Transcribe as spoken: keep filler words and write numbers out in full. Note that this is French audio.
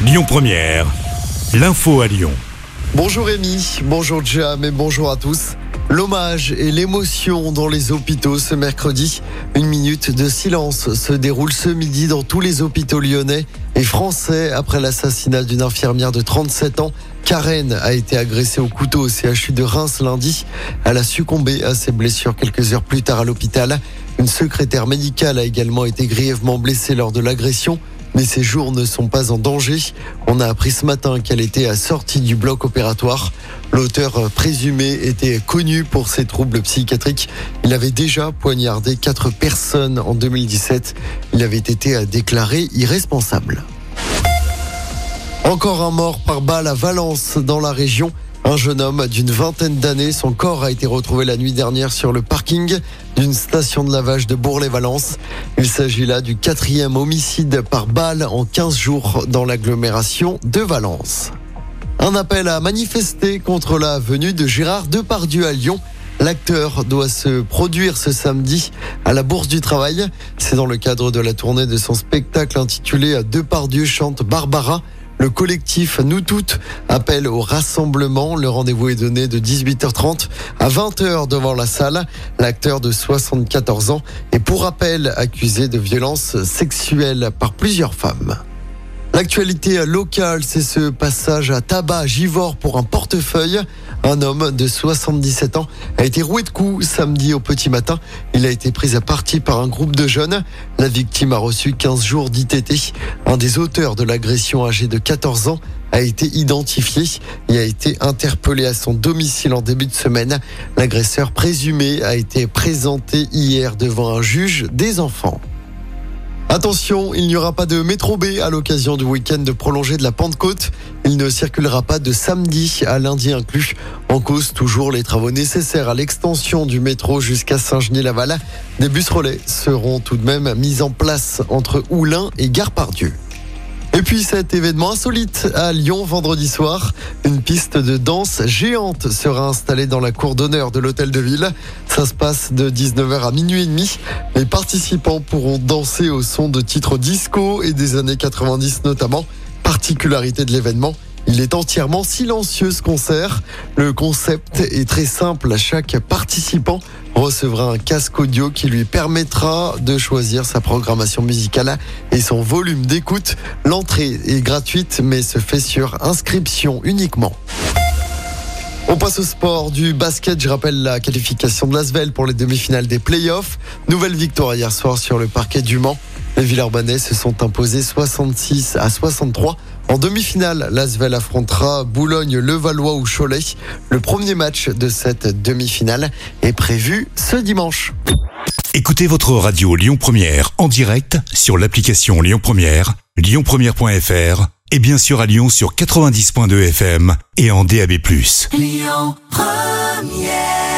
Lyon Première, l'info à Lyon. Bonjour Rémi, bonjour Jam et bonjour à tous. L'hommage et l'émotion dans les hôpitaux ce mercredi. Une minute de silence se déroule ce midi dans tous les hôpitaux lyonnais et français après l'assassinat d'une infirmière de trente-sept ans. Karen a été agressée au couteau au C H U de Reims lundi. Elle a succombé à ses blessures quelques heures plus tard à l'hôpital. Une secrétaire médicale a également été grièvement blessée lors de l'agression. Mais ses jours ne sont pas en danger. On a appris ce matin qu'elle était assortie du bloc opératoire. L'auteur présumé était connu pour ses troubles psychiatriques. Il avait déjà poignardé quatre personnes en deux mille dix-sept. Il avait été déclaré irresponsable. Encore un mort par balle à Valence dans la région. Un jeune homme d'une vingtaine d'années, son corps a été retrouvé la nuit dernière sur le parking d'une station de lavage de Bourg-les-Valence. Il s'agit là du quatrième homicide par balle en quinze jours dans l'agglomération de Valence. Un appel à manifester contre la venue de Gérard Depardieu à Lyon. L'acteur doit se produire ce samedi à la Bourse du Travail. C'est dans le cadre de la tournée de son spectacle intitulé Depardieu chante Barbara. Le collectif Nous Toutes appelle au rassemblement. Le rendez-vous est donné de dix-huit heures trente à vingt heures devant la salle. L'acteur de soixante-quatorze ans est pour rappel accusé de violences sexuelles par plusieurs femmes. L'actualité locale, c'est ce passage à tabac Givors pour un portefeuille. Un homme de soixante-dix-sept ans a été roué de coups samedi au petit matin. Il a été pris à partie par un groupe de jeunes. La victime a reçu quinze jours d'I T T. Un des auteurs de l'agression, âgé de quatorze ans, a été identifié et a été interpellé à son domicile en début de semaine. L'agresseur présumé a été présenté hier devant un juge des enfants. Attention, il n'y aura pas de métro B à l'occasion du week-end prolongé de la Pentecôte. Il ne circulera pas de samedi à lundi inclus. En cause, toujours les travaux nécessaires à l'extension du métro jusqu'à Saint-Genis-Laval. Des bus relais seront tout de même mis en place entre Oulin et Gare-Pardieu. Et puis cet événement insolite à Lyon vendredi soir, une piste de danse géante sera installée dans la cour d'honneur de l'hôtel de ville. Ça se passe de dix-neuf heures à minuit et demi. Les participants pourront danser au son de titres disco et des années quatre-vingt-dix notamment. Particularité de l'événement, il est entièrement silencieux ce concert. Le concept est très simple. Chaque participant recevra un casque audio qui lui permettra de choisir sa programmation musicale et son volume d'écoute. L'entrée est gratuite mais se fait sur inscription uniquement. On passe au sport du basket. Je rappelle la qualification de l'Asvel pour les demi-finales des playoffs. Nouvelle victoire hier soir sur le parquet du Mans. Les Villeurbanais se sont imposés soixante-six à soixante-trois. En demi-finale, l'Asvel affrontera Boulogne-Levallois ou Cholet. Le premier match de cette demi-finale est prévu ce dimanche. Écoutez votre radio Lyon Première en direct sur l'application Lyon Première, lyon première point f r et bien sûr à Lyon sur quatre-vingt-dix virgule deux F M et en D A B plus. Lyon Première.